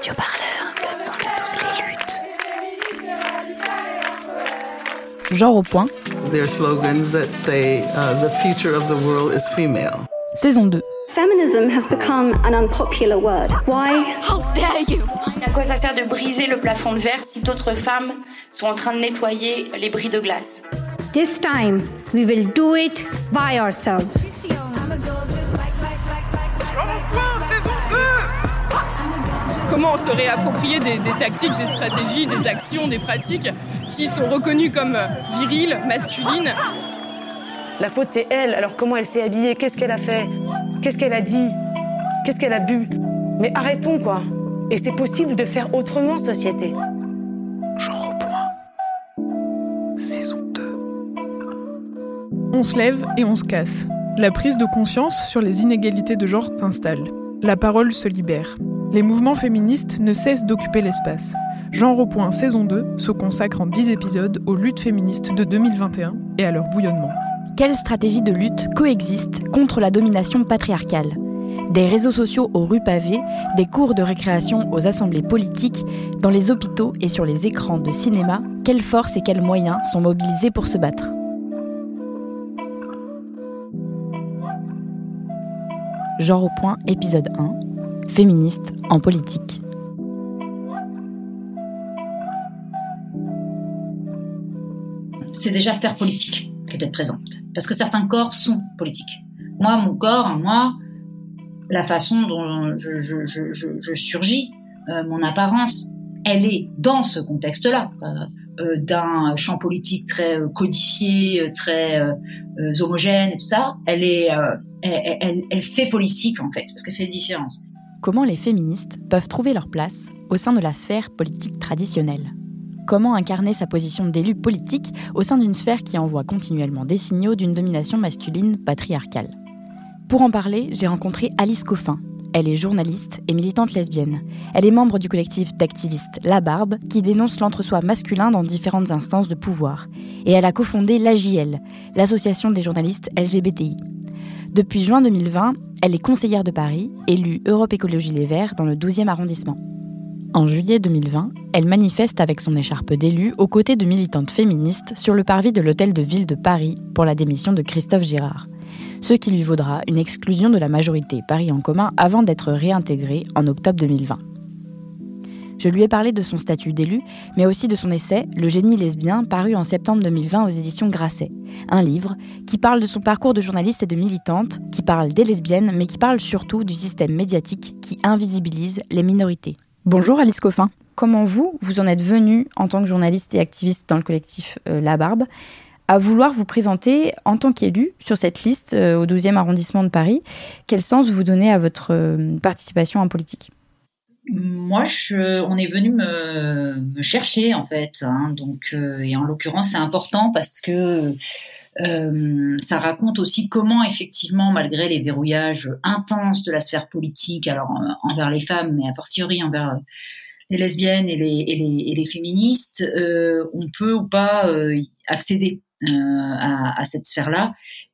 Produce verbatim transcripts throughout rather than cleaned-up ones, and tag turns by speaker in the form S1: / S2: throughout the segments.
S1: Radio Parleur, le son de toutes les luttes. Genre au point.
S2: There are slogans that say uh, the future of the world is female.
S1: Saison deux.
S3: Feminism has become an unpopular word. Why?
S4: How dare you? À quoi ça sert de briser le plafond de verre si d'autres femmes sont en train de nettoyer les bris de glace?
S5: This time, we will do it by ourselves.
S6: Comment on se réapproprie des, des tactiques, des stratégies, des actions, des pratiques qui sont reconnues comme viriles, masculines.
S7: La faute, c'est elle. Alors comment elle s'est habillée? Qu'est-ce qu'elle a fait? Qu'est-ce qu'elle a dit? Qu'est-ce qu'elle a bu? Mais arrêtons, quoi. Et c'est possible de faire autrement, société.
S8: Genre au point. Saison deux.
S9: On se lève et on se casse. La prise de conscience sur les inégalités de genre s'installe. La parole se libère. Les mouvements féministes ne cessent d'occuper l'espace. Genre au point saison deux se consacre en dix épisodes aux luttes féministes de deux mille vingt et un et à leur bouillonnement.
S1: Quelles stratégies de lutte coexistent contre la domination patriarcale ? Des réseaux sociaux aux rues pavées, des cours de récréation aux assemblées politiques, dans les hôpitaux et sur les écrans de cinéma, quelles forces et quels moyens sont mobilisés pour se battre ? Genre au point, épisode un. Féministe en politique.
S10: C'est déjà faire politique que d'être présente. Parce que certains corps sont politiques. Moi, mon corps, moi, la façon dont je, je, je, je, je surgis, euh, mon apparence, elle est dans ce contexte-là, euh, euh, d'un champ politique très euh, codifié, très euh, euh, homogène et tout ça. Elle est, euh, elle, elle, elle fait politique en fait, parce qu'elle fait différence.
S1: Comment les féministes peuvent trouver leur place au sein de la sphère politique traditionnelle ? Comment incarner sa position d'élu politique au sein d'une sphère qui envoie continuellement des signaux d'une domination masculine patriarcale ? Pour en parler, j'ai rencontré Alice Coffin. Elle est journaliste et militante lesbienne. Elle est membre du collectif d'activistes La Barbe, qui dénonce l'entre-soi masculin dans différentes instances de pouvoir. Et elle a cofondé l'A J L, l'association des journalistes L G B T I. Depuis juin deux mille vingt, elle est conseillère de Paris, élue Europe Écologie Les Verts dans le douzième arrondissement. En juillet deux mille vingt, elle manifeste avec son écharpe d'élue aux côtés de militantes féministes sur le parvis de l'hôtel de ville de Paris pour la démission de Christophe Girard. Ce qui lui vaudra une exclusion de la majorité Paris en commun avant d'être réintégrée en octobre deux mille vingt. Je lui ai parlé de son statut d'élu, mais aussi de son essai « Le génie lesbien » paru en septembre deux mille vingt aux éditions Grasset. Un livre qui parle de son parcours de journaliste et de militante, qui parle des lesbiennes, mais qui parle surtout du système médiatique qui invisibilise les minorités. Bonjour Alice Coffin. Comment vous, vous en êtes venue en tant que journaliste et activiste dans le collectif euh, La Barbe, à vouloir vous présenter en tant qu'élue sur cette liste euh, au douzième arrondissement de Paris? Quel sens vous donnez à votre euh, participation en politique?
S10: Moi, je, on est venu me, me chercher en fait, hein, donc euh, et en l'occurrence c'est important parce que euh, ça raconte aussi comment effectivement, malgré les verrouillages intenses de la sphère politique, alors euh, envers les femmes, mais a fortiori envers euh, les lesbiennes et les, et les, et les féministes, euh, on peut ou pas euh, accéder euh, à, à cette sphère-là.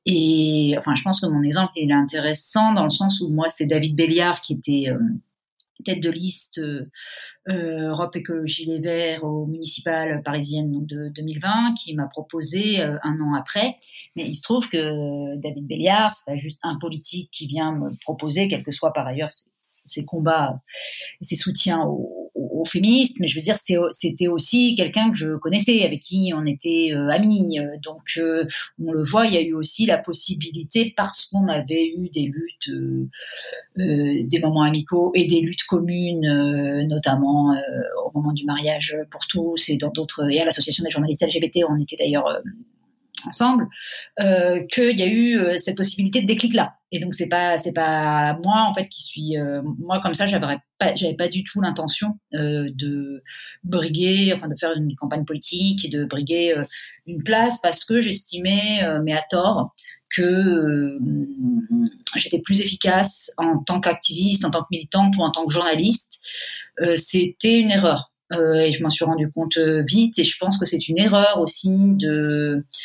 S10: Et enfin, je pense que mon exemple il est intéressant dans le sens où moi c'est David Béliard qui était euh, tête de liste euh, Europe Écologie Les Verts aux municipales parisiennes donc de deux mille vingt, qui m'a proposé euh, un an après. Mais il se trouve que David Béliard, c'est pas juste un politique qui vient me proposer, quel que soit par ailleurs ses, ses combats et ses soutiens aux, aux, aux féministes, mais je veux dire, c'est, c'était aussi quelqu'un que je connaissais, avec qui on était euh, amis. Donc, euh, on le voit, il y a eu aussi la possibilité, parce qu'on avait eu des luttes euh, Euh, des moments amicaux et des luttes communes, euh, notamment euh, au moment du mariage pour tous et dans d'autres, et à l'association des journalistes L G B T, on était d'ailleurs euh, ensemble, euh, qu'il y a eu euh, cette possibilité de déclic-là. Et donc c'est pas c'est pas moi en fait qui suis euh, moi comme ça, j'avais pas j'avais pas du tout l'intention euh, de briguer, enfin de faire une campagne politique et de briguer euh, une place, parce que j'estimais, euh, mais à tort, que euh, j'étais plus efficace en tant qu'activiste, en tant que militante ou en tant que journaliste. Euh, c'était une erreur. Euh, et je m'en suis rendu compte euh, vite, et je pense que c'est une erreur aussi de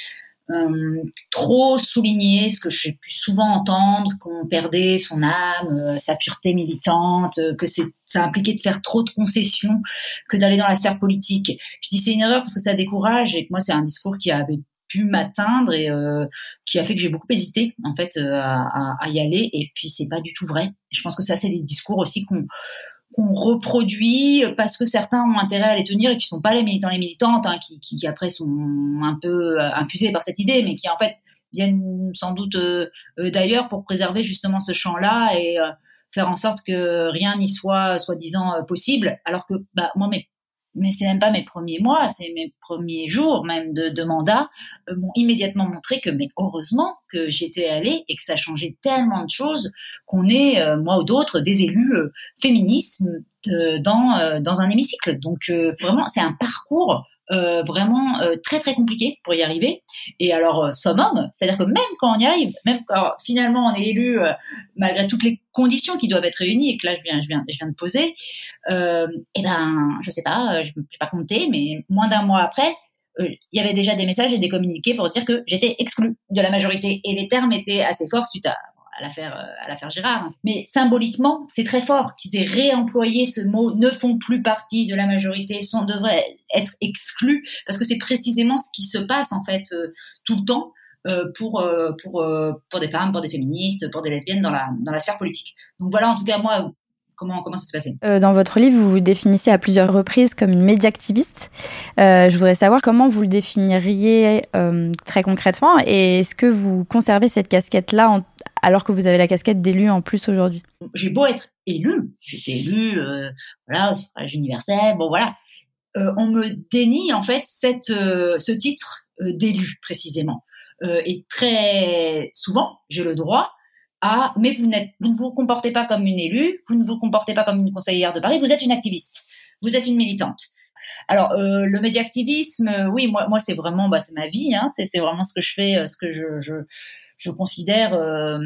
S10: euh, trop souligné ce que j'ai pu souvent entendre, qu'on perdait son âme, euh, sa pureté militante, euh, que c'est, ça impliquait de faire trop de concessions, que d'aller dans la sphère politique. Je dis c'est une erreur parce que ça décourage et que moi c'est un discours qui avait pu m'atteindre et euh, qui a fait que j'ai beaucoup hésité en fait euh, à, à y aller. Et puis c'est pas du tout vrai. Je pense que ça c'est des discours aussi qu'on qu'on reproduit parce que certains ont intérêt à les tenir et qui sont pas les militants, les militantes, hein, qui, qui, qui après sont un peu infusés par cette idée, mais qui en fait viennent sans doute euh, euh, d'ailleurs pour préserver justement ce champ-là et euh, faire en sorte que rien n'y soit soi-disant euh, possible. Alors que bah, moi, mes mais c'est même pas mes premiers mois, c'est mes premiers jours même de, de mandat, euh, m'ont immédiatement montré que, mais heureusement que j'étais allée et que ça changeait tellement de choses qu'on est, euh, moi ou d'autres, des élus euh, féministes euh, dans, euh, dans un hémicycle. Donc euh, vraiment, c'est un parcours euh, vraiment euh, très très compliqué pour y arriver. Et alors, euh, summum, c'est-à-dire que même quand on y arrive, même quand finalement on est élu, euh, malgré toutes les conditions qui doivent être réunies et que là je viens, je viens, je viens de poser, euh, et ben, je sais pas, je n'ai pas compté, mais moins d'un mois après, euh, il y avait déjà des messages et des communiqués pour dire que j'étais exclue de la majorité. Et les termes étaient assez forts suite à, à l'affaire, à l'affaire Girard. Mais symboliquement, c'est très fort qu'ils aient réemployé ce mot, ne font plus partie de la majorité, sont, devraient être exclus, parce que c'est précisément ce qui se passe, en fait, euh, tout le temps, euh, pour, euh, pour, euh, pour des femmes, pour des féministes, pour des lesbiennes dans la, dans la sphère politique. Donc voilà, en tout cas, moi, Comment, comment ça se passait ?
S1: euh, Dans votre livre, vous vous définissez à plusieurs reprises comme une médiactiviste. Euh, je voudrais savoir comment vous le définiriez euh, très concrètement et est-ce que vous conservez cette casquette-là en, alors que vous avez la casquette d'élu en plus aujourd'hui ?
S10: J'ai beau être élue, j'étais élue euh, voilà, au suffrage universel, bon voilà, euh, on me dénie en fait cette, euh, ce titre euh, d'élu précisément. Euh, et très souvent, j'ai le droit Ah, mais vous, n'êtes, vous ne vous comportez pas comme une élue, vous ne vous comportez pas comme une conseillère de Paris, vous êtes une activiste, vous êtes une militante. Alors, euh, le médiactivisme, euh, oui, moi, moi, c'est vraiment, bah, c'est ma vie, hein, c'est, c'est vraiment ce que je fais, ce que je, je, je considère euh,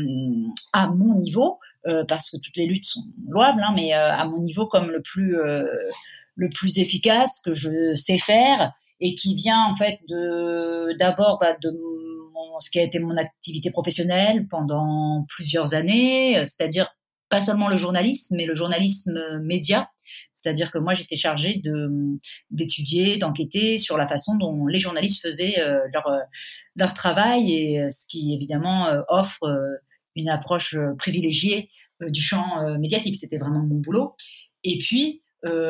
S10: à mon niveau, euh, parce que toutes les luttes sont louables, hein, mais euh, à mon niveau comme le plus, euh, le plus efficace que je sais faire et qui vient en fait de, d'abord, bah, de ce qui a été mon activité professionnelle pendant plusieurs années, c'est-à-dire pas seulement le journalisme, mais le journalisme média. C'est-à-dire que moi, j'étais chargée de, d'étudier, d'enquêter sur la façon dont les journalistes faisaient euh, leur, leur travail et ce qui, évidemment, euh, offre euh, une approche privilégiée euh, du champ euh, médiatique. C'était vraiment mon boulot. Et puis,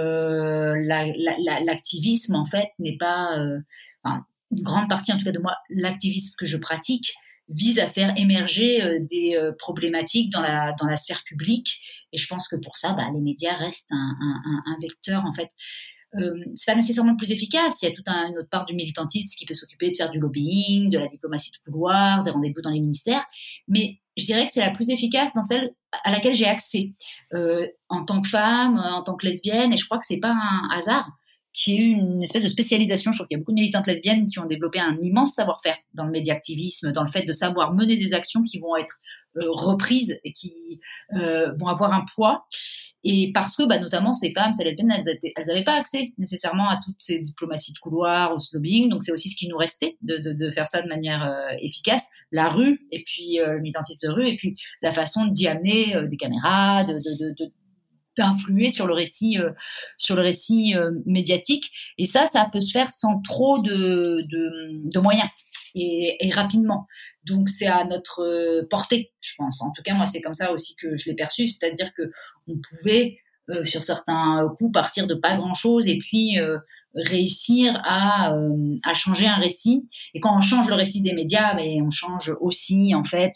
S10: euh, la, la, la, l'activisme, en fait, n'est pas... Euh, enfin, une grande partie, en tout cas de moi, l'activisme que je pratique vise à faire émerger euh, des euh, problématiques dans la dans la sphère publique. Et je pense que pour ça, bah, les médias restent un, un, un vecteur, en fait. Euh, c'est pas nécessairement le plus efficace. Il y a toute un, une autre part du militantisme qui peut s'occuper de faire du lobbying, de la diplomatie de couloir, des rendez-vous dans les ministères. Mais je dirais que c'est la plus efficace dans celle à laquelle j'ai accès euh, en tant que femme, en tant que lesbienne. Et je crois que c'est pas un hasard qui est une espèce de spécialisation. Je trouve qu'il y a beaucoup de militantes lesbiennes qui ont développé un immense savoir-faire dans le médiactivisme, dans le fait de savoir mener des actions qui vont être euh, reprises et qui euh, vont avoir un poids. Et parce que, bah, notamment, ces femmes, ces lesbiennes, elles n'avaient pas accès nécessairement à toutes ces diplomaties de couloir, au lobbying. Donc, c'est aussi ce qui nous restait de, de, de faire ça de manière euh, efficace. La rue, et puis euh, le militantisme de rue, et puis la façon d'y amener euh, des caméras, de, de, de, de d'influer sur le récit euh, sur le récit euh, médiatique, et ça ça peut se faire sans trop de de, de moyens et, et rapidement. Donc c'est à notre euh, portée, je pense. En tout cas moi c'est comme ça aussi que je l'ai perçu, c'est-à-dire que on pouvait euh, sur certains coups partir de pas grand-chose et puis euh, réussir à euh, à changer un récit. Et quand on change le récit des médias, mais on change aussi en fait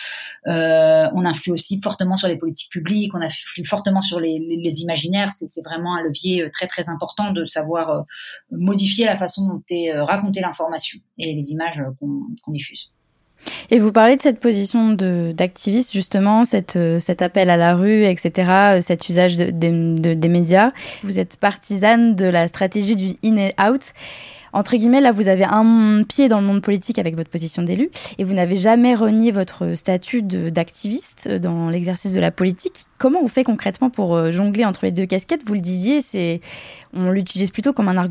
S10: euh, on influe aussi fortement sur les politiques publiques, on influe fortement sur les, les, les imaginaires. C'est, c'est vraiment un levier très très important de savoir euh, modifier la façon dont est euh, racontée l'information et les images qu'on, qu'on diffuse.
S1: Et vous parlez de cette position de, d'activiste, justement, cette, cet appel à la rue, et cetera, cet usage de, de, de, des médias. Vous êtes partisane de la stratégie du in and out. Entre guillemets, là, vous avez un pied dans le monde politique avec votre position d'élu et vous n'avez jamais renié votre statut de, d'activiste dans l'exercice de la politique. Comment on fait concrètement pour jongler entre les deux casquettes ? Vous le disiez, c'est, on l'utilise plutôt comme un argument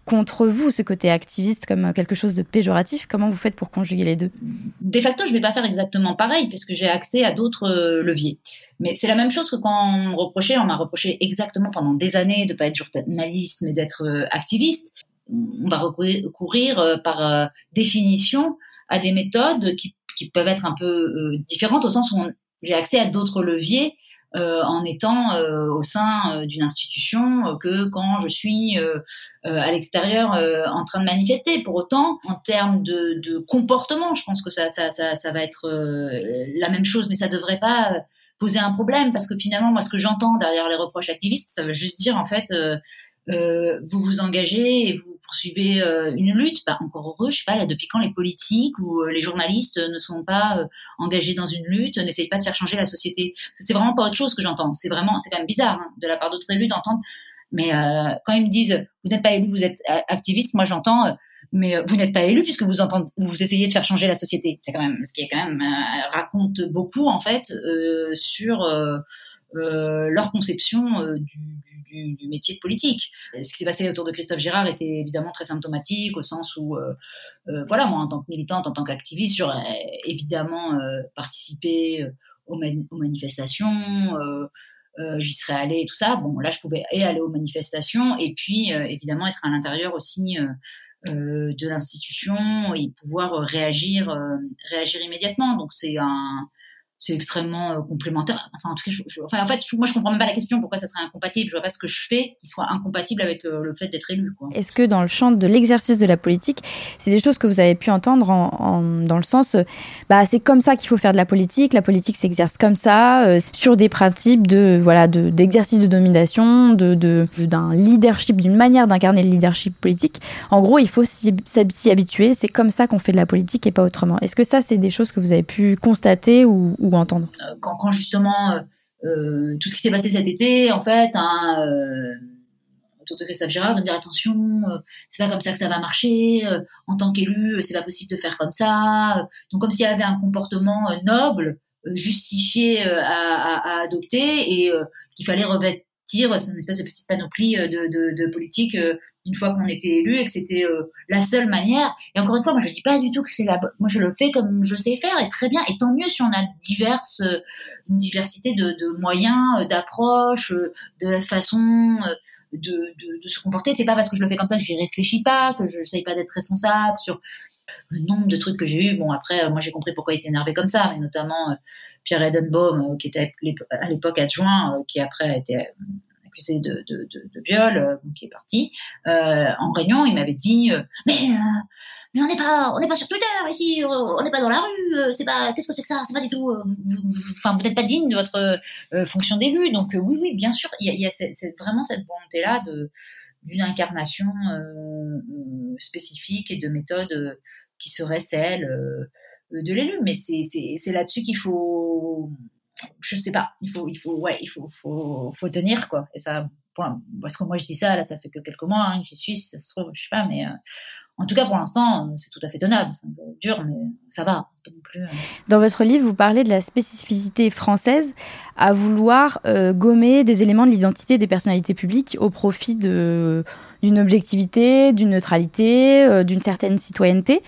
S1: contre vous, ce côté activiste, comme quelque chose de péjoratif. Comment vous faites pour conjuguer les deux ?
S10: De facto, je ne vais pas faire exactement pareil, puisque j'ai accès à d'autres euh, leviers. Mais c'est la même chose que quand on me reprochait, on m'a reproché exactement pendant des années de ne pas être journaliste, mais d'être euh, activiste. On va recourir euh, par euh, définition à des méthodes qui, qui peuvent être un peu euh, différentes, au sens où on, j'ai accès à d'autres leviers euh, en étant euh, au sein euh, d'une institution euh, que quand je suis euh, euh, à l'extérieur euh, en train de manifester. Pour autant, en termes de, de comportement, je pense que ça, ça, ça, ça va être euh, la même chose, mais ça devrait pas euh, poser un problème, parce que finalement, moi, ce que j'entends derrière les reproches activistes, ça veut juste dire, en fait, euh, euh, vous vous engagez et vous poursuivez euh, une lutte. Bah, encore heureux, je sais pas, là, depuis quand les politiques ou euh, les journalistes ne sont pas euh, engagés dans une lutte, n'essayent pas de faire changer la société. C'est vraiment pas autre chose que j'entends. C'est vraiment, c'est quand même bizarre, hein, de la part d'autres élus d'entendre. Mais euh, quand ils me disent, vous n'êtes pas élu, vous êtes activiste, moi j'entends, euh, mais vous n'êtes pas élu puisque vous entendez, vous essayez de faire changer la société. C'est quand même, ce qui est quand même euh, raconte beaucoup en fait euh, sur euh, euh, leur conception euh, du, du, du métier de politique. Ce qui s'est passé autour de Christophe Girard était évidemment très symptomatique, au sens où, euh, euh, voilà, moi en tant que militante, en tant qu'activiste, j'aurais évidemment euh, participé aux, man- aux manifestations. Euh, Euh, j'y serais allée et tout ça. Bon, là, je pouvais et aller aux manifestations et puis, euh, évidemment, être à l'intérieur aussi euh, euh, de l'institution et pouvoir euh, réagir, euh, réagir immédiatement. Donc, c'est un, c'est extrêmement euh, complémentaire. Enfin, en tout cas, je, je, enfin, en fait, je, moi, je comprends même pas la question. Pourquoi ça serait incompatible ? Je vois pas ce que je fais qui soit incompatible avec euh, le fait d'être élu, quoi.
S1: Est-ce que dans le champ de l'exercice de la politique, c'est des choses que vous avez pu entendre en, en, dans le sens, bah, c'est comme ça qu'il faut faire de la politique. La politique s'exerce comme ça, euh, sur des principes de, voilà, de, d'exercice de domination, de, de, de, d'un leadership, d'une manière d'incarner le leadership politique. En gros, il faut s'y, s'y habituer. C'est comme ça qu'on fait de la politique et pas autrement. Est-ce que ça, c'est des choses que vous avez pu constater ou ou entendre ?
S10: Quand, quand justement euh, euh, tout ce qui s'est passé cet été, en fait, hein, euh, autour de Christophe Girard, de me dire attention, euh, c'est pas comme ça que ça va marcher. Euh, en tant qu'élu, c'est pas possible de faire comme ça. Euh, donc comme s'il y avait un comportement euh, noble, euh, justifié euh, à, à, à adopter et euh, qu'il fallait revêtir. C'est une espèce de petite panoplie de, de, de politique euh, une fois qu'on était élu et que c'était euh, la seule manière. Et encore une fois, moi je dis pas du tout que c'est la bonne. Moi je le fais comme je sais faire et très bien. Et tant mieux si on a diverses, euh, une diversité de, de moyens, euh, d'approches, euh, de la façon euh, de, de, de se comporter. C'est pas parce que je le fais comme ça que j'y réfléchis pas, que je n'essaye pas d'être responsable sur le nombre de trucs que j'ai eu. Bon, après, euh, moi j'ai compris pourquoi il s'énervait comme ça, mais notamment euh, Pierre Edenbaum, euh, qui était à l'époque adjoint, euh, qui après a été accusé de, de, de, de viol, euh, qui est parti. Euh, en réunion, il m'avait dit euh, « Mais, euh, mais on n'est pas, on n'est pas sur Twitter ici, on n'est pas dans la rue, euh, c'est pas, qu'est-ce que c'est que ça ? C'est pas du tout, euh, vous, vous, enfin, vous n'êtes pas digne de votre euh, fonction d'élu. » Donc euh, oui, oui, bien sûr, il y a, il y a cette, cette, vraiment cette volonté-là de, d'une incarnation euh, spécifique et de méthode euh, qui serait celle euh, de l'élu. Mais c'est, c'est, c'est là-dessus qu'il faut, je sais pas, il faut, il faut, ouais, il faut, faut, faut tenir, quoi. Et ça, pour, parce que moi je dis ça, là, ça fait que quelques mois hein, que j'y suis, ça se trouve, je sais pas, mais euh, en tout cas pour l'instant, c'est tout à fait tenable. C'est un peu dur, mais ça va. C'est pas non plus. Euh...
S1: Dans votre livre, vous parlez de la spécificité française à vouloir euh, gommer des éléments de l'identité des personnalités publiques au profit de d'une objectivité, d'une neutralité, euh, d'une certaine citoyenneté.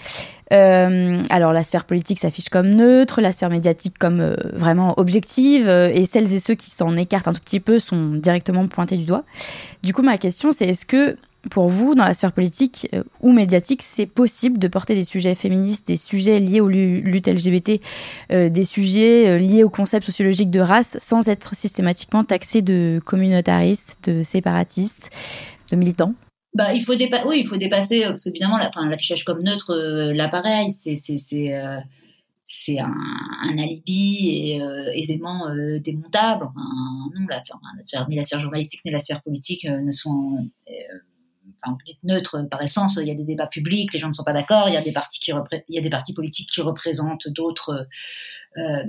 S1: Euh, alors la sphère politique s'affiche comme neutre, la sphère médiatique comme euh, vraiment objective, euh, et celles et ceux qui s'en écartent un tout petit peu sont directement pointés du doigt. Du coup, ma question, c'est est-ce que pour vous, dans la sphère politique euh, ou médiatique, c'est possible de porter des sujets féministes, des sujets liés aux luttes L G B T, euh, des sujets euh, liés au concept sociologique de race, sans être systématiquement taxé de communautariste, de séparatiste, de militant?
S10: Bah, il faut dépa- oui, il faut dépasser, parce qu'évidemment, la, enfin, l'affichage comme neutre, euh, l'appareil, c'est, c'est, c'est, euh, c'est un, un alibi et euh, aisément euh, démontable. Enfin, non, la, enfin, la sphère, ni la sphère journalistique ni la sphère politique euh, ne sont, euh, enfin, vous dites neutre par essence. Il y a des débats publics, les gens ne sont pas d'accord. Il y a des partis qui repré- il y a des partis politiques qui représentent d'autres. Euh,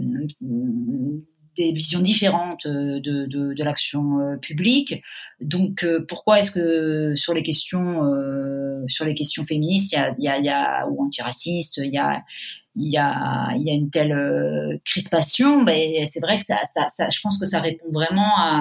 S10: des visions différentes de, de, de l'action euh, publique. Donc, euh, pourquoi est-ce que sur les questions, euh, sur les questions féministes, il y a, il y a, il y a, ou antiracistes, il y a, il y a, il y a une telle euh, crispation? Ben, c'est vrai que ça, ça, ça, je pense que ça répond vraiment à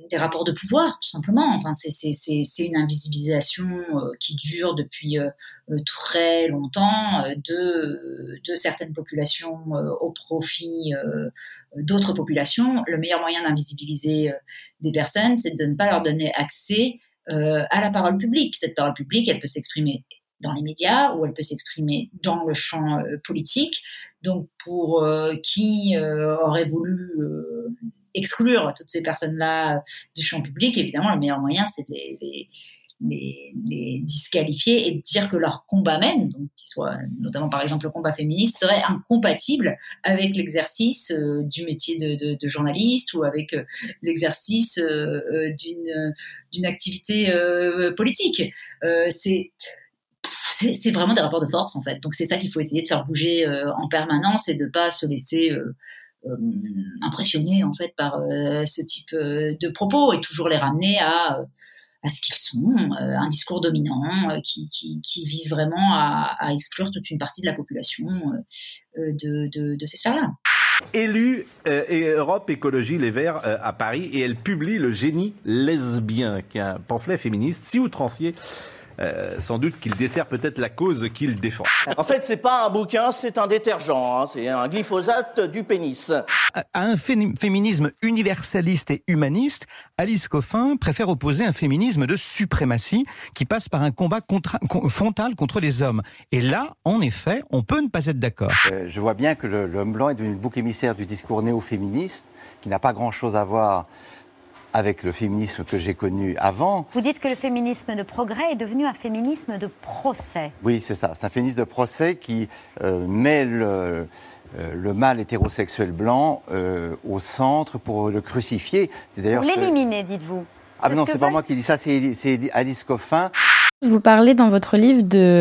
S10: des rapports de pouvoir, tout simplement. Enfin, c'est, c'est, c'est, c'est une invisibilisation euh, qui dure depuis euh, très longtemps euh, de, de certaines populations euh, au profit euh, d'autres populations. Le meilleur moyen d'invisibiliser euh, des personnes, c'est de ne pas leur donner accès euh, à la parole publique. Cette parole publique, elle peut s'exprimer dans les médias ou elle peut s'exprimer dans le champ euh, politique. Donc, pour euh, qui euh, aurait voulu euh, exclure toutes ces personnes-là du champ public, évidemment, le meilleur moyen, c'est de les, les, les, les disqualifier et de dire que leur combat même, donc qui soit notamment par exemple le combat féministe, serait incompatible avec l'exercice euh, du métier de, de, de journaliste ou avec euh, l'exercice euh, d'une, d'une activité euh, politique. Euh, c'est C'est, c'est vraiment des rapports de force, en fait. Donc, c'est ça qu'il faut essayer de faire bouger euh, en permanence et de ne pas se laisser euh, euh, impressionner, en fait, par euh, ce type euh, de propos et toujours les ramener à, à ce qu'ils sont, euh, un discours dominant euh, qui, qui, qui vise vraiment à, à exclure toute une partie de la population euh, de, de, de ces sphères-là.
S11: Élue euh, et Europe Écologie Les Verts euh, à Paris, et elle publie Le Génie lesbien, qui est un pamphlet féministe si outrancier. Euh, sans doute qu'il dessert peut-être la cause qu'il défend.
S12: En fait, c'est pas un bouquin, c'est un détergent. Hein, c'est un glyphosate du pénis.
S13: À un fé- féminisme universaliste et humaniste, Alice Coffin préfère opposer un féminisme de suprématie qui passe par un combat contra- con- frontal contre les hommes. Et là, en effet, on peut ne pas être d'accord.
S14: Euh, je vois bien que le, l'homme blanc est devenu le bouc émissaire du discours néo-féministe, qui n'a pas grand-chose à voir avec le féminisme que j'ai connu avant.
S15: Vous dites que le féminisme de progrès est devenu un féminisme de procès.
S14: Oui, c'est ça. C'est un féminisme de procès qui euh, met le, euh, le mâle hétérosexuel blanc euh, au centre pour le crucifier.
S15: C'est d'ailleurs pour l'éliminer, ce... dites-vous.
S14: Ah, mais non, c'est veut... pas moi qui dis ça, c'est, c'est Alice Coffin.
S1: Vous parlez dans votre livre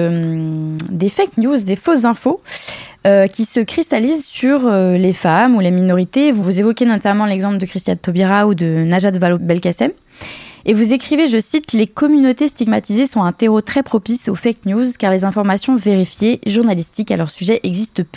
S1: de, des fake news, des fausses infos euh, qui se cristallisent sur euh, les femmes ou les minorités. Vous évoquez notamment l'exemple de Christiane Taubira ou de Najat Vallaud-Belkacem. Et vous écrivez, je cite, « Les communautés stigmatisées sont un terreau très propice aux fake news car les informations vérifiées, journalistiques à leur sujet existent peu. »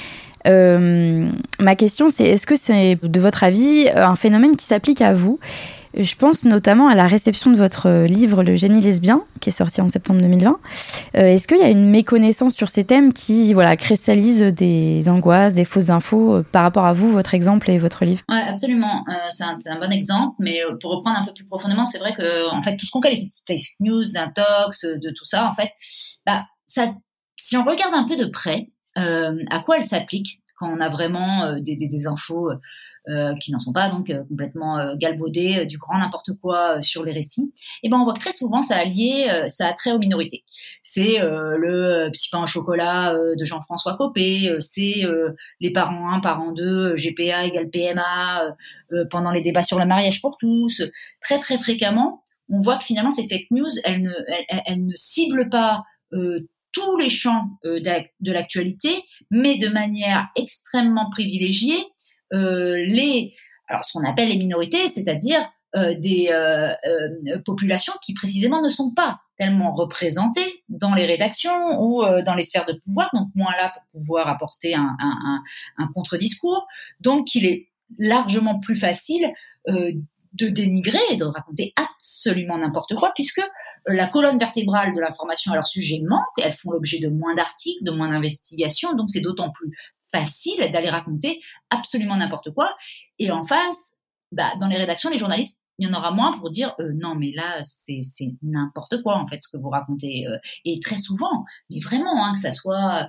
S1: Euh, ma question, c'est est-ce que c'est, de votre avis, un phénomène qui s'applique à vous ? Je pense notamment à la réception de votre livre « Le génie lesbien » qui est sorti en septembre deux mille vingt. Euh, est-ce qu'il y a une méconnaissance sur ces thèmes qui voilà, cristallisent des angoisses, des fausses infos euh, par rapport à vous, votre exemple et votre livre ?
S10: Oui, absolument. Euh, c'est, un, c'est un bon exemple, mais pour reprendre un peu plus profondément, c'est vrai que en fait, tout ce qu'on qualifie de fake news, d'intox, de tout ça, en fait, bah, ça, si on regarde un peu de près euh, à quoi elles s'appliquent, quand on a vraiment euh, des, des, des infos euh, qui n'en sont pas, donc euh, complètement euh, galvaudées, euh, du grand n'importe quoi euh, sur les récits, et ben on voit que très souvent ça a lié, euh, ça a trait aux minorités. C'est euh, le petit pain au chocolat euh, de Jean-François Copé, euh, c'est euh, les parents un, parents deux, G P A égale P M A, euh, pendant les débats sur le mariage pour tous. Très très fréquemment, on voit que finalement ces fake news, elles ne, elles, elles ne ciblent pas euh, tous les champs euh, de l'actualité, mais de manière extrêmement privilégiée euh, les, alors ce qu'on appelle les minorités, c'est-à-dire euh, des euh, euh, populations qui précisément ne sont pas tellement représentées dans les rédactions ou euh, dans les sphères de pouvoir, donc moins là pour pouvoir apporter un, un, un, un contre-discours. Donc il est largement plus facile euh, de dénigrer et de raconter absolument n'importe quoi, puisque la colonne vertébrale de l'information à leur sujet manque, elles font l'objet de moins d'articles, de moins d'investigations, donc c'est d'autant plus facile d'aller raconter absolument n'importe quoi. Et en face, bah, dans les rédactions, les journalistes, il y en aura moins pour dire euh, non mais là c'est, c'est n'importe quoi en fait ce que vous racontez. Euh, et très souvent, mais vraiment, hein, que ça soit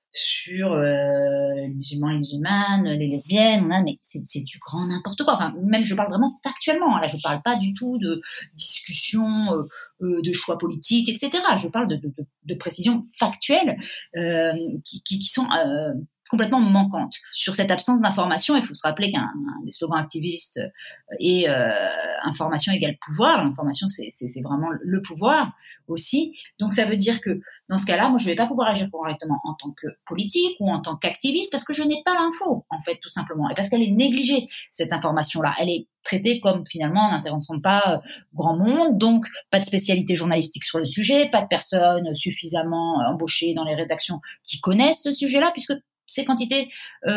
S10: sur euh, les musulmans, les musulmanes, les lesbiennes, on a, mais c'est, c'est du grand n'importe quoi. Enfin, même je parle vraiment factuellement. Hein, là, je parle pas du tout de discussion, euh, euh, de choix politiques, et cetera. Je parle de, de, de, de précisions factuelles euh, qui, qui, qui sont euh, complètement manquantes. Sur cette absence d'information, il faut se rappeler qu'un un des slogans activistes est euh, information égale pouvoir. L'information, c'est, c'est, c'est vraiment le pouvoir aussi. Donc, ça veut dire que dans ce cas-là, moi, je ne vais pas pouvoir agir correctement en tant que politique ou en tant qu'activiste parce que je n'ai pas l'info, en fait, tout simplement. Et parce qu'elle est négligée, cette information-là. Elle est traitée comme, finalement, n'intéressant pas euh, grand monde. Donc, pas de spécialité journalistique sur le sujet, pas de personnes suffisamment embauchées dans les rédactions qui connaissent ce sujet-là, puisque ces quantités, euh,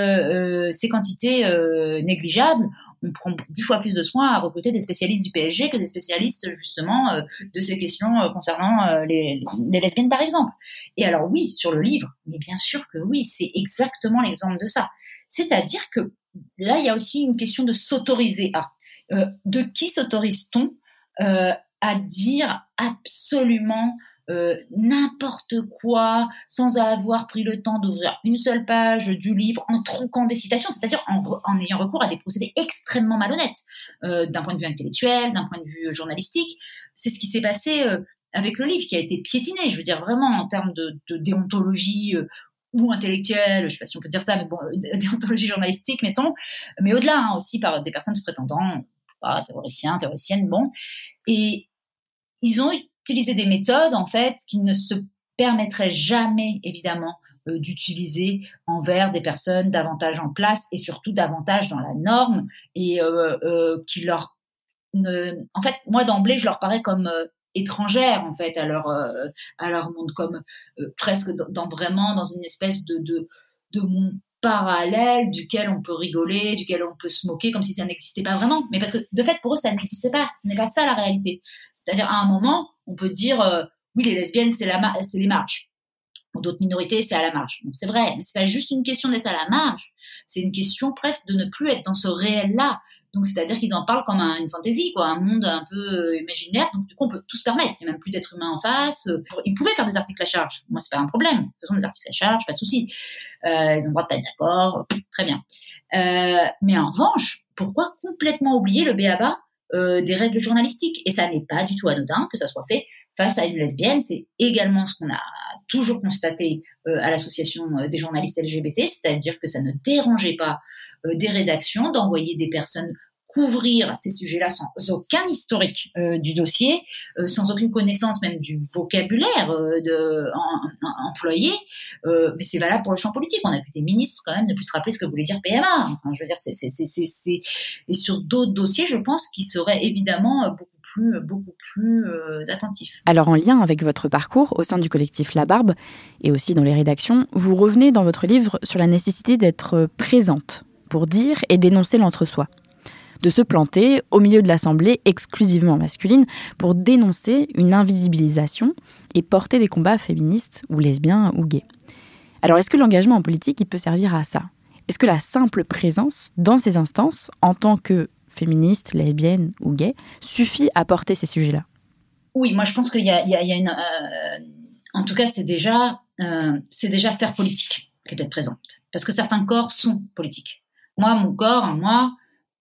S10: euh, ces quantités euh, négligeables, on prend dix fois plus de soin à recruter des spécialistes du P S G que des spécialistes justement euh, de ces questions euh, concernant euh, les, les lesbiennes par exemple. Et alors oui, sur le livre, mais bien sûr que oui, c'est exactement l'exemple de ça. C'est-à-dire que là, il y a aussi une question de s'autoriser à. Euh, de qui s'autorise-t-on euh, à dire absolument Euh, n'importe quoi, sans avoir pris le temps d'ouvrir une seule page du livre, en tronquant des citations, c'est-à-dire en, re- en ayant recours à des procédés extrêmement malhonnêtes, euh, d'un point de vue intellectuel, d'un point de vue journalistique. C'est ce qui s'est passé euh, avec le livre, qui a été piétiné, je veux dire vraiment en termes de, de déontologie euh, ou intellectuelle, je sais pas si on peut dire ça, mais bon, euh, déontologie journalistique, mettons, mais au-delà hein, aussi par des personnes se prétendant ah, théoriciens, théoriciennes, bon, et ils ont utiliser des méthodes en fait qui ne se permettraient jamais évidemment euh, d'utiliser envers des personnes davantage en place et surtout davantage dans la norme et euh, euh, qui leur ne... en fait moi d'emblée je leur parais comme euh, étrangères en fait à leur euh, à leur monde, comme euh, presque dans, dans vraiment dans une espèce de de de monde parallèle duquel on peut rigoler, duquel on peut se moquer comme si ça n'existait pas vraiment. Mais parce que de fait pour eux ça n'existait pas, ce n'est pas ça la réalité. C'est-à-dire à un moment on peut dire euh, oui les lesbiennes c'est la ma- c'est les marges, ou d'autres minorités c'est à la marge. Donc, c'est vrai, mais c'est pas juste une question d'être à la marge, c'est une question presque de ne plus être dans ce réel-là. Donc c'est-à-dire qu'ils en parlent comme un, une fantaisie, quoi, un monde un peu euh, imaginaire. Donc du coup on peut tout se permettre, il n'y a même plus d'êtres humains en face. Ils pouvaient faire des articles à charge, moi c'est pas un problème, faisons des articles à charge, pas de souci. Euh, ils ont le droit de pas être d'accord, très bien. Euh, mais en revanche, pourquoi complètement oublier le b.a.-ba euh, des règles journalistiques? Et ça n'est pas du tout anodin que ça soit fait face à une lesbienne. C'est également ce qu'on a toujours constaté euh, à l'association des journalistes L G B T, c'est-à-dire que ça ne dérangeait pas euh, des rédactions d'envoyer des personnes couvrir ces sujets-là sans aucun historique euh, du dossier, euh, sans aucune connaissance même du vocabulaire euh, de, en, en, employé, euh, mais c'est valable pour le champ politique. On a vu des ministres quand même ne plus se rappeler ce que voulait dire P M A. Enfin, je veux dire, c'est, c'est, c'est, c'est, c'est... Et sur d'autres dossiers, je pense qu'ils seraient évidemment beaucoup plus, beaucoup plus euh, attentifs.
S1: Alors en lien avec votre parcours au sein du collectif La Barbe et aussi dans les rédactions, vous revenez dans votre livre sur la nécessité d'être présente pour dire et dénoncer l'entre-soi, de se planter au milieu de l'Assemblée exclusivement masculine pour dénoncer une invisibilisation et porter des combats féministes ou lesbiens ou gays. Alors est-ce que l'engagement en politique il peut servir à ça ? Est-ce que la simple présence dans ces instances, en tant que féministe, lesbienne ou gay, suffit à porter ces sujets-là ?
S10: Oui, moi je pense qu'il y a, il y a, il y a une... Euh, en tout cas, c'est déjà, euh, c'est déjà faire politique que d'être présente. Parce que certains corps sont politiques. Moi, mon corps, moi...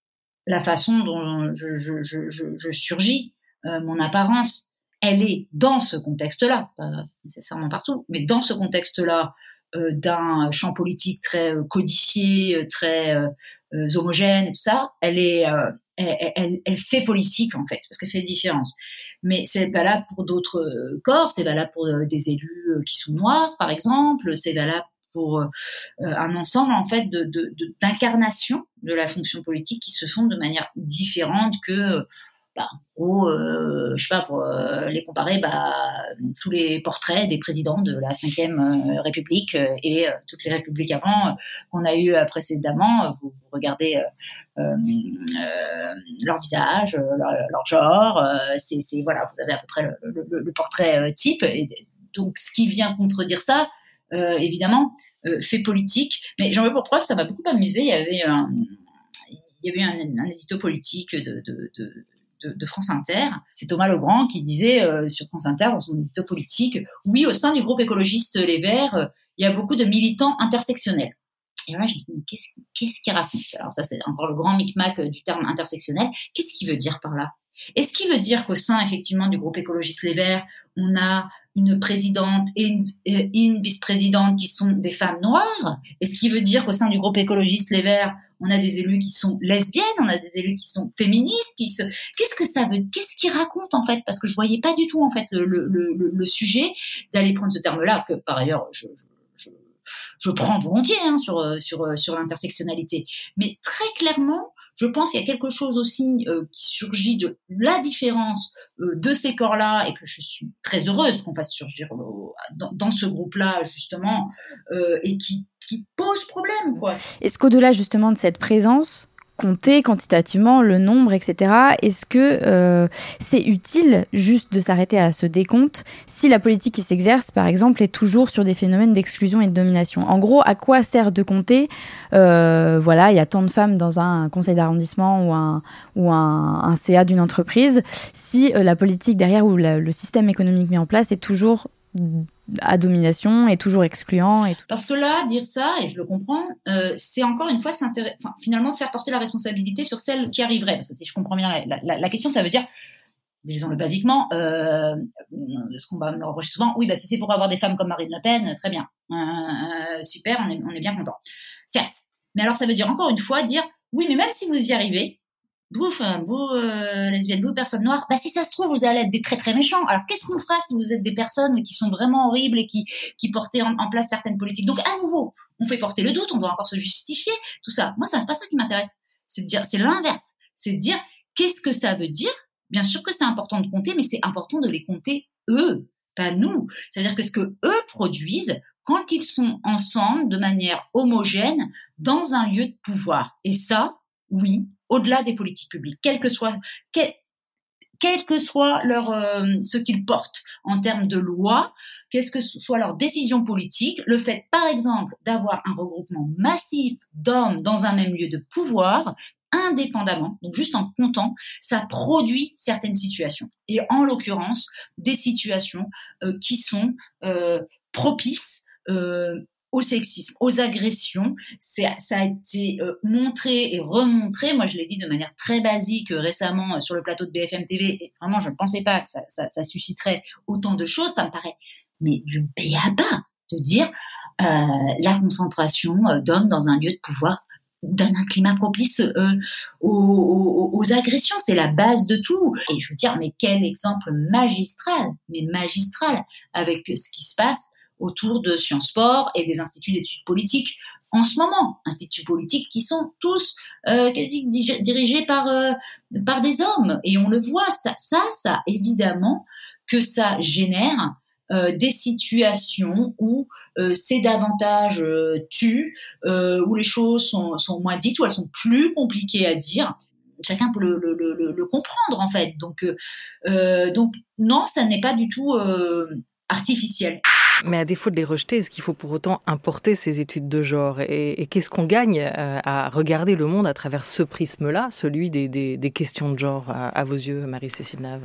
S10: la façon dont je, je, je, je, je surgis, euh, mon apparence, elle est dans ce contexte-là, pas nécessairement partout, mais dans ce contexte-là euh, d'un champ politique très euh, codifié, très euh, euh, homogène et tout ça, elle est, euh, elle, elle, elle fait politique en fait, parce qu'elle fait différence. Mais c'est valable pour d'autres euh, corps, c'est valable pour euh, des élus euh, qui sont noirs, par exemple, c'est valable pour euh, un ensemble en fait de, de, de, d'incarnation de la fonction politique qui se font de manière différente que, bah, en gros, euh, je sais pas, pour euh, les comparer, bah, tous les portraits des présidents de la cinquième euh, République euh, et euh, toutes les républiques avant euh, qu'on a eu euh, précédemment. Vous, vous regardez euh, euh, leur visage, euh, leur, leur genre, euh, c'est, c'est voilà, vous avez à peu près le, le, le portrait euh, type. Et donc, ce qui vient contredire ça. Euh, évidemment, euh, fait politique. Mais j'en veux pour preuve, ça m'a beaucoup amusé. Il y avait un, il y avait un, un édito politique de, de, de, de, de France Inter. C'est Thomas Legrand qui disait euh, sur France Inter, dans son édito politique, oui, au sein du groupe écologiste Les Verts, euh, il y a beaucoup de militants intersectionnels. Et là, je me suis dit, mais qu'est-ce, qu'est-ce qu'il raconte ? Alors ça, c'est encore le grand micmac du terme intersectionnel. Qu'est-ce qu'il veut dire par là ? Est-ce qu'il veut dire qu'au sein, effectivement, du groupe écologiste Les Verts, on a une présidente et une, et une vice-présidente qui sont des femmes noires ? Est-ce qu'il veut dire qu'au sein du groupe écologiste Les Verts, on a des élus qui sont lesbiennes, on a des élus qui sont féministes qui se... Qu'est-ce que ça veut ? Qu'est-ce qu'il raconte, en fait ? Parce que je voyais pas du tout, en fait, le, le, le, le sujet d'aller prendre ce terme-là, que par ailleurs, je, je, je prends volontiers hein, sur, sur, sur l'intersectionnalité. Mais très clairement, Je pense qu'il y a quelque chose aussi euh, qui surgit de la différence euh, de ces corps-là et que je suis très heureuse qu'on fasse surgir euh, dans, dans ce groupe-là, justement, euh, et qui, qui pose problème, quoi.
S1: Est-ce qu'au-delà, justement, de cette présence, compter quantitativement le nombre, et cetera. Est-ce que euh, c'est utile juste de s'arrêter à ce décompte si la politique qui s'exerce, par exemple, est toujours sur des phénomènes d'exclusion et de domination ? En gros, à quoi sert de compter euh, voilà, il y a tant de femmes dans un conseil d'arrondissement ou un, ou un, un C A d'une entreprise si euh, la politique derrière ou la, le système économique mis en place est toujours à domination et toujours excluant et tout.
S10: Parce que là, dire ça, et je le comprends, euh, c'est encore une fois enfin, finalement faire porter la responsabilité sur celle qui arriverait. Parce que si je comprends bien la, la, la question, ça veut dire, disons-le basiquement, euh, ce qu'on va me reprocher souvent, oui, bah, si c'est pour avoir des femmes comme Marine Le Pen, très bien, euh, super, on est, on est bien content. Certes, mais alors ça veut dire encore une fois dire, oui, mais même si vous y arrivez, vous, enfin, vous euh, lesbiennes, vous, personnes noires, bah si ça se trouve, vous allez être des très très méchants. Alors qu'est-ce qu'on fera si vous êtes des personnes qui sont vraiment horribles et qui qui portaient en, en place certaines politiques ? Donc à nouveau, on fait porter le doute, on doit encore se justifier, tout ça. Moi, c'est pas ça qui m'intéresse. C'est de dire, c'est l'inverse. C'est de dire, qu'est-ce que ça veut dire ? Bien sûr que c'est important de compter, mais c'est important de les compter eux, pas nous. Ça veut dire que ce que eux produisent quand ils sont ensemble de manière homogène dans un lieu de pouvoir. Et ça, oui. Au-delà des politiques publiques, quel que soit, quel, quel que soit leur, euh, ce qu'ils portent en termes de loi, qu'est-ce que soit leur décision politique, le fait, par exemple, d'avoir un regroupement massif d'hommes dans un même lieu de pouvoir, indépendamment, donc juste en comptant, ça produit certaines situations. Et en l'occurrence, des situations euh, qui sont euh, propices euh, au sexisme, aux agressions. C'est, ça a été euh, montré et remontré. Moi, je l'ai dit de manière très basique euh, récemment euh, sur le plateau de B F M T V. Et vraiment, je ne pensais pas que ça, ça, ça susciterait autant de choses. Ça me paraît, mais du b.a.-ba de dire euh, la concentration euh, d'hommes dans un lieu de pouvoir donne un climat propice euh, aux, aux, aux agressions. C'est la base de tout. Et je veux dire, mais quel exemple magistral, mais magistral, avec ce qui se passe autour de Sciences Po et des instituts d'études politiques en ce moment, instituts politiques qui sont tous euh, quasi dirigés par euh, par des hommes, et on le voit, ça, ça, ça évidemment que ça génère euh, des situations où euh, c'est davantage euh, tu, euh, où les choses sont sont moins dites, où elles sont plus compliquées à dire. Chacun peut le, le, le, le comprendre en fait. Donc euh, donc non, ça n'est pas du tout euh, artificiel.
S16: Mais à défaut de les rejeter, est-ce qu'il faut pour autant importer ces études de genre ? Et, et qu'est-ce qu'on gagne à, à regarder le monde à travers ce prisme-là, celui des, des, des questions de genre, à, à vos yeux, Marie-Cécile Nave ?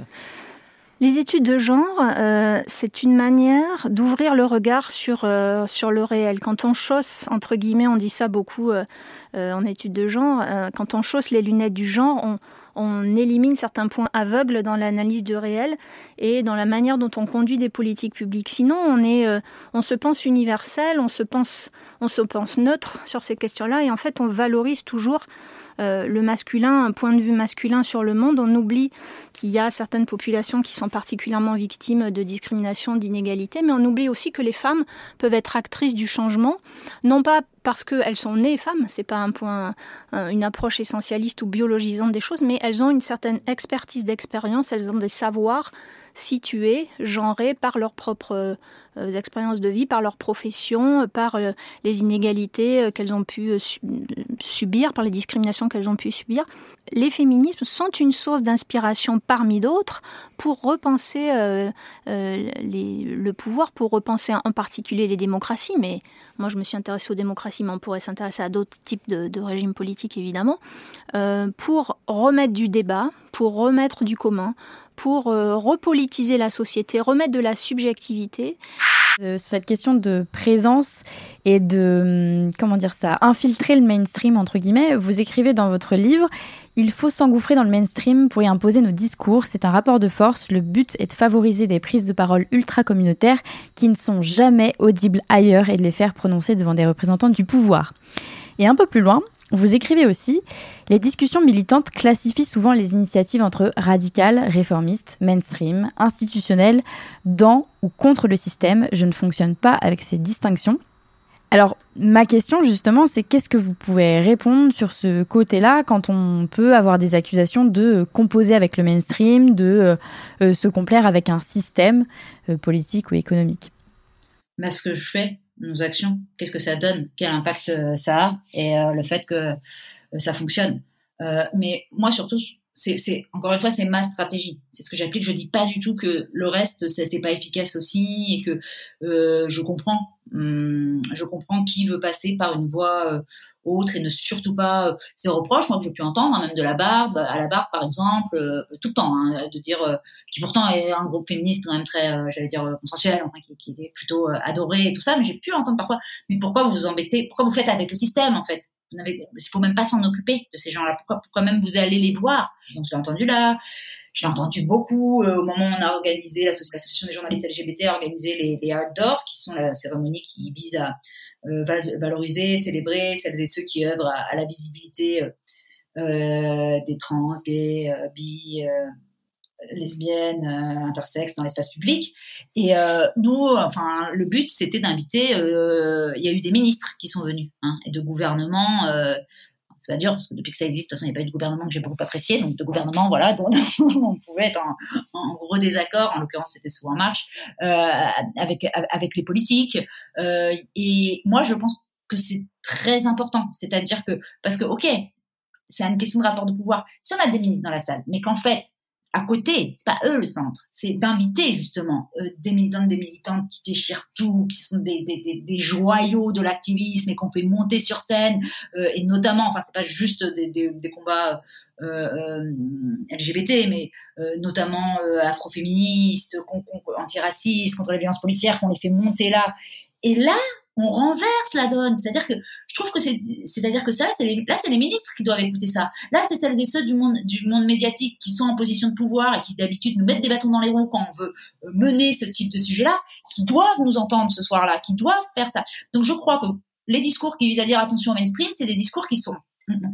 S17: Les études de genre, euh, c'est une manière d'ouvrir le regard sur, euh, sur le réel. Quand on chausse, entre guillemets, on dit ça beaucoup euh, euh, en études de genre, euh, quand on chausse les lunettes du genre, on, on élimine certains points aveugles dans l'analyse du réel et dans la manière dont on conduit des politiques publiques. Sinon, on, est, euh, on se pense universel, on se pense, on se pense neutre sur ces questions-là, et en fait, on valorise toujours Euh, le masculin, un point de vue masculin sur le monde. On oublie qu'il y a certaines populations qui sont particulièrement victimes de discrimination, d'inégalité, mais on oublie aussi que les femmes peuvent être actrices du changement, non pas parce qu'elles sont nées femmes, c'est pas un point, une approche essentialiste ou biologisante des choses, mais elles ont une certaine expertise d'expérience, elles ont des savoirs situés, genrés par leurs propres euh, expériences de vie, par leur profession, par euh, les inégalités euh, qu'elles ont pu euh, su- subir, par les discriminations qu'elles ont pu subir. Les féminismes sont une source d'inspiration parmi d'autres pour repenser euh, euh, les, le pouvoir, pour repenser en particulier les démocraties. Mais moi, je me suis intéressée aux démocraties, mais on pourrait s'intéresser à d'autres types de, de régimes politiques, évidemment, euh, pour remettre du débat, pour remettre du commun, pour euh, repolitiser la société, remettre de la subjectivité.
S1: Euh, cette question de présence et de, comment dire ça, infiltrer le mainstream, entre guillemets, vous écrivez dans votre livre « Il faut s'engouffrer dans le mainstream pour y imposer nos discours. C'est un rapport de force. Le but est de favoriser des prises de parole ultra-communautaires qui ne sont jamais audibles ailleurs et de les faire prononcer devant des représentants du pouvoir. » Et un peu plus loin, vous écrivez aussi « Les discussions militantes classifient souvent les initiatives entre radicales, réformistes, mainstream, institutionnelles, dans ou contre le système. Je ne fonctionne pas avec ces distinctions. » Alors, ma question, justement, c'est qu'est-ce que vous pouvez répondre sur ce côté-là quand on peut avoir des accusations de composer avec le mainstream, de euh, se complaire avec un système euh, politique ou économique?
S10: Bah, ce que je fais, nos actions, qu'est-ce que ça donne, quel impact euh, ça a, et euh, le fait que euh, ça fonctionne. Euh, mais moi, surtout, c'est, c'est, encore une fois, c'est ma stratégie. C'est ce que j'applique. Je dis pas du tout que le reste, c'est, c'est pas efficace aussi, et que euh, je comprends. Hum, je comprends qui veut passer par une voie euh, autre et ne surtout pas euh, ces reproches, moi, que j'ai pu entendre, hein, même de la Barbe, à la Barbe, par exemple, euh, tout le temps, hein, de dire, euh, qui pourtant est un groupe féministe quand même très, euh, j'allais dire, euh, consensuel, enfin, qui, qui est plutôt euh, adoré et tout ça, mais j'ai pu entendre parfois, mais pourquoi vous vous embêtez, pourquoi vous faites avec le système, en fait? Vous n'avez, il faut même pas s'en occuper de ces gens-là. Pourquoi, pourquoi même vous allez les voir? Donc, je l'ai entendu là. Je l'ai entendu beaucoup euh, au moment où on a organisé, l'association des journalistes L G B T a organisé les, les Hats d'Or, qui sont la cérémonie qui vise à euh, valoriser, célébrer celles et ceux qui œuvrent à, à la visibilité euh, des trans, gays, euh, bi, euh, lesbiennes, euh, intersexes dans l'espace public. Et euh, nous, enfin, le but, c'était d'inviter. Euh, il y a eu des ministres qui sont venus, hein, et de gouvernements. Euh, c'est pas dur parce que depuis que ça existe, de toute façon, il n'y a pas eu de gouvernement que j'ai beaucoup apprécié, donc de gouvernement, voilà, dont, dont on pouvait être en, en gros désaccord. En l'occurrence, c'était sous En Marche, euh, avec avec les politiques. Euh, et moi, je pense que c'est très important. C'est-à-dire que parce que ok, c'est une question de rapport de pouvoir. Si on a des ministres dans la salle, mais qu'en fait à côté, c'est pas eux le centre, c'est d'inviter justement euh, des militantes, des militantes qui déchirent tout, qui sont des, des, des, des joyaux de l'activisme et qu'on fait monter sur scène, euh, et notamment, enfin c'est pas juste des, des, des combats euh, euh, L G B T, mais euh, notamment euh, afroféministes, con, con, antiracistes, contre les violences policières, qu'on les fait monter là. Et là, on renverse la donne. C'est-à-dire que je trouve que c'est, c'est-à-dire que ça, c'est les, là, c'est les ministres qui doivent écouter ça. Là, c'est celles et ceux du monde, du monde médiatique qui sont en position de pouvoir et qui d'habitude nous mettent des bâtons dans les roues quand on veut mener ce type de sujet-là, qui doivent nous entendre ce soir-là, qui doivent faire ça. Donc, je crois que les discours qui visent à dire attention au mainstream, c'est des discours qui sont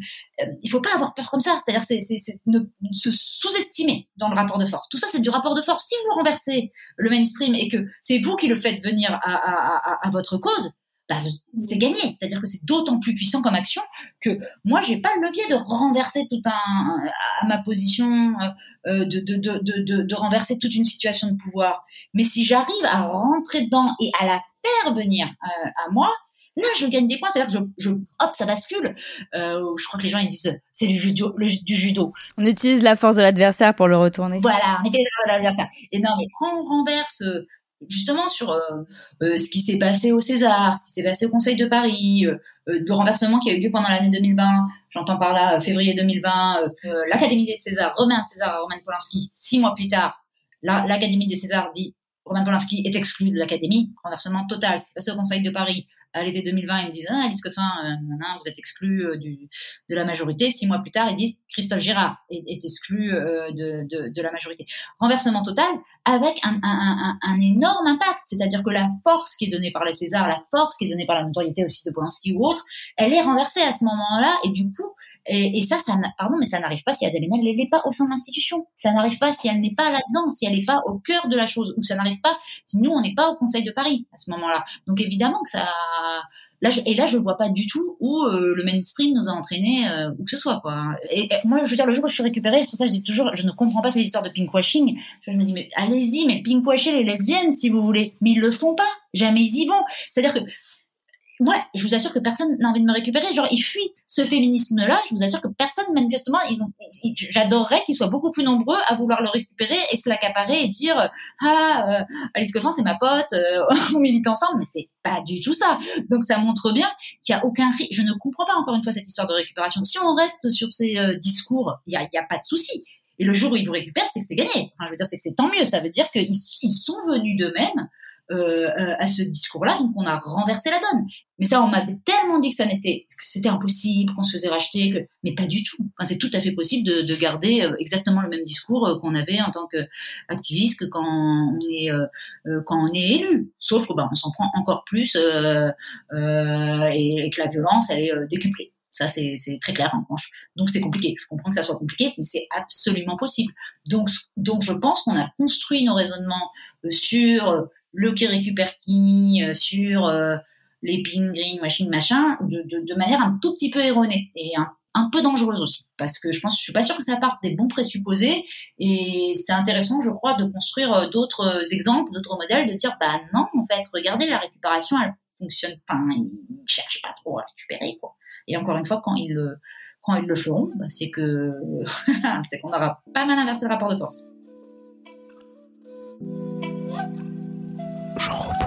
S10: il faut pas avoir peur comme ça, c'est-à-dire c'est, c'est, c'est ne se sous-estimer dans le rapport de force. Tout ça, c'est du rapport de force. Si vous renversez le mainstream et que c'est vous qui le faites venir à, à, à, à votre cause, bah, c'est gagné. C'est-à-dire que c'est d'autant plus puissant comme action que moi, j'ai pas le levier de renverser tout un à ma position, euh, de, de, de, de, de renverser toute une situation de pouvoir. Mais si j'arrive à rentrer dedans et à la faire venir euh, à moi, là, je gagne des points, c'est-à-dire que je, je, hop, ça bascule. Euh, je crois que les gens, ils disent, c'est du judo, le, du judo.
S1: On utilise la force de l'adversaire pour le retourner.
S10: Voilà, on utilise la force de l'adversaire. Et non, mais quand on renverse, justement, sur euh, euh, ce qui s'est passé au César, ce qui s'est passé au Conseil de Paris, euh, le renversement qui a eu lieu pendant l'année deux mille vingt, j'entends par là, euh, février deux mille vingt, euh, l'Académie des Césars remet un César à Roman Polanski. Six mois plus tard, la, l'Académie des Césars dit, Roman Polanski est exclu de l'Académie. Renversement total. Ce qui s'est passé au Conseil de Paris à l'été deux mille vingt, ils me disent ah, Alice Coffin, euh, vous êtes exclu euh, du, de la majorité. Six mois plus tard, ils disent Christophe Girard est, est exclu euh, de, de, de la majorité. Renversement total avec un, un, un, un énorme impact. C'est-à-dire que la force qui est donnée par les Césars, la force qui est donnée par la notoriété aussi de Polanski ou autre, elle est renversée à ce moment-là. Et du coup, et, et ça, ça, pardon, mais ça n'arrive pas si Adèle Haenel n'est pas au sein de l'institution. Ça n'arrive pas si elle n'est pas là-dedans, si elle n'est pas au cœur de la chose, ou ça n'arrive pas si nous on n'est pas au Conseil de Paris à ce moment-là. Donc évidemment que ça, là, je, et là je vois pas du tout où euh, le mainstream nous a entraînés euh, où que ce soit quoi. Et, et moi, je veux dire, le jour où je suis récupérée, c'est pour ça que je dis toujours, je ne comprends pas ces histoires de pinkwashing. Je me dis mais allez-y, mais pinkwasher les lesbiennes si vous voulez, mais ils le font pas, jamais ils y vont. C'est-à-dire que moi, je vous assure que personne n'a envie de me récupérer. Genre, ils fuient ce féminisme-là. Je vous assure que personne, manifestement, ils ont, ils, j'adorerais qu'ils soient beaucoup plus nombreux à vouloir le récupérer et se l'accaparer et dire, ah, euh, Alice Coffin, c'est ma pote, euh, on milite ensemble. Mais c'est pas du tout ça. Donc, ça montre bien qu'il y a aucun risque. Je ne comprends pas, encore une fois, cette histoire de récupération. Si on reste sur ces euh, discours, il y a, il y a pas de souci. Et le jour où ils vous récupèrent, c'est que c'est gagné. Enfin, je veux dire, c'est que c'est tant mieux. Ça veut dire qu'ils ils sont venus d'eux-mêmes. Euh, euh, à ce discours-là, donc on a renversé la donne. Mais ça, on m'avait tellement dit que ça n'était, que c'était impossible, qu'on se faisait racheter, que, mais pas du tout. Enfin, c'est tout à fait possible de, de garder euh, exactement le même discours euh, qu'on avait en tant qu'activiste que quand on est euh, euh, quand on est élu. Sauf que bah, on s'en prend encore plus euh, euh, et, et que la violence, elle est euh, décuplée. Ça, c'est, c'est très clair en revanche. Donc, c'est compliqué. Je comprends que ça soit compliqué, mais c'est absolument possible. Donc, donc je pense qu'on a construit nos raisonnements euh, sur euh, le qui récupère qui, euh, sur euh, les pink, green, machine, machin, de, de, de manière un tout petit peu erronée et un, un peu dangereuse aussi, parce que je pense, je suis pas sûre que ça parte des bons présupposés, et c'est intéressant, je crois, de construire d'autres exemples, d'autres modèles, de dire, bah non, en fait, regardez, la récupération, elle fonctionne, enfin, ils cherchent pas trop à récupérer, quoi. Et encore une fois, quand ils le, quand ils le feront, bah, c'est que, c'est qu'on aura pas mal inversé le rapport de force.
S8: J'en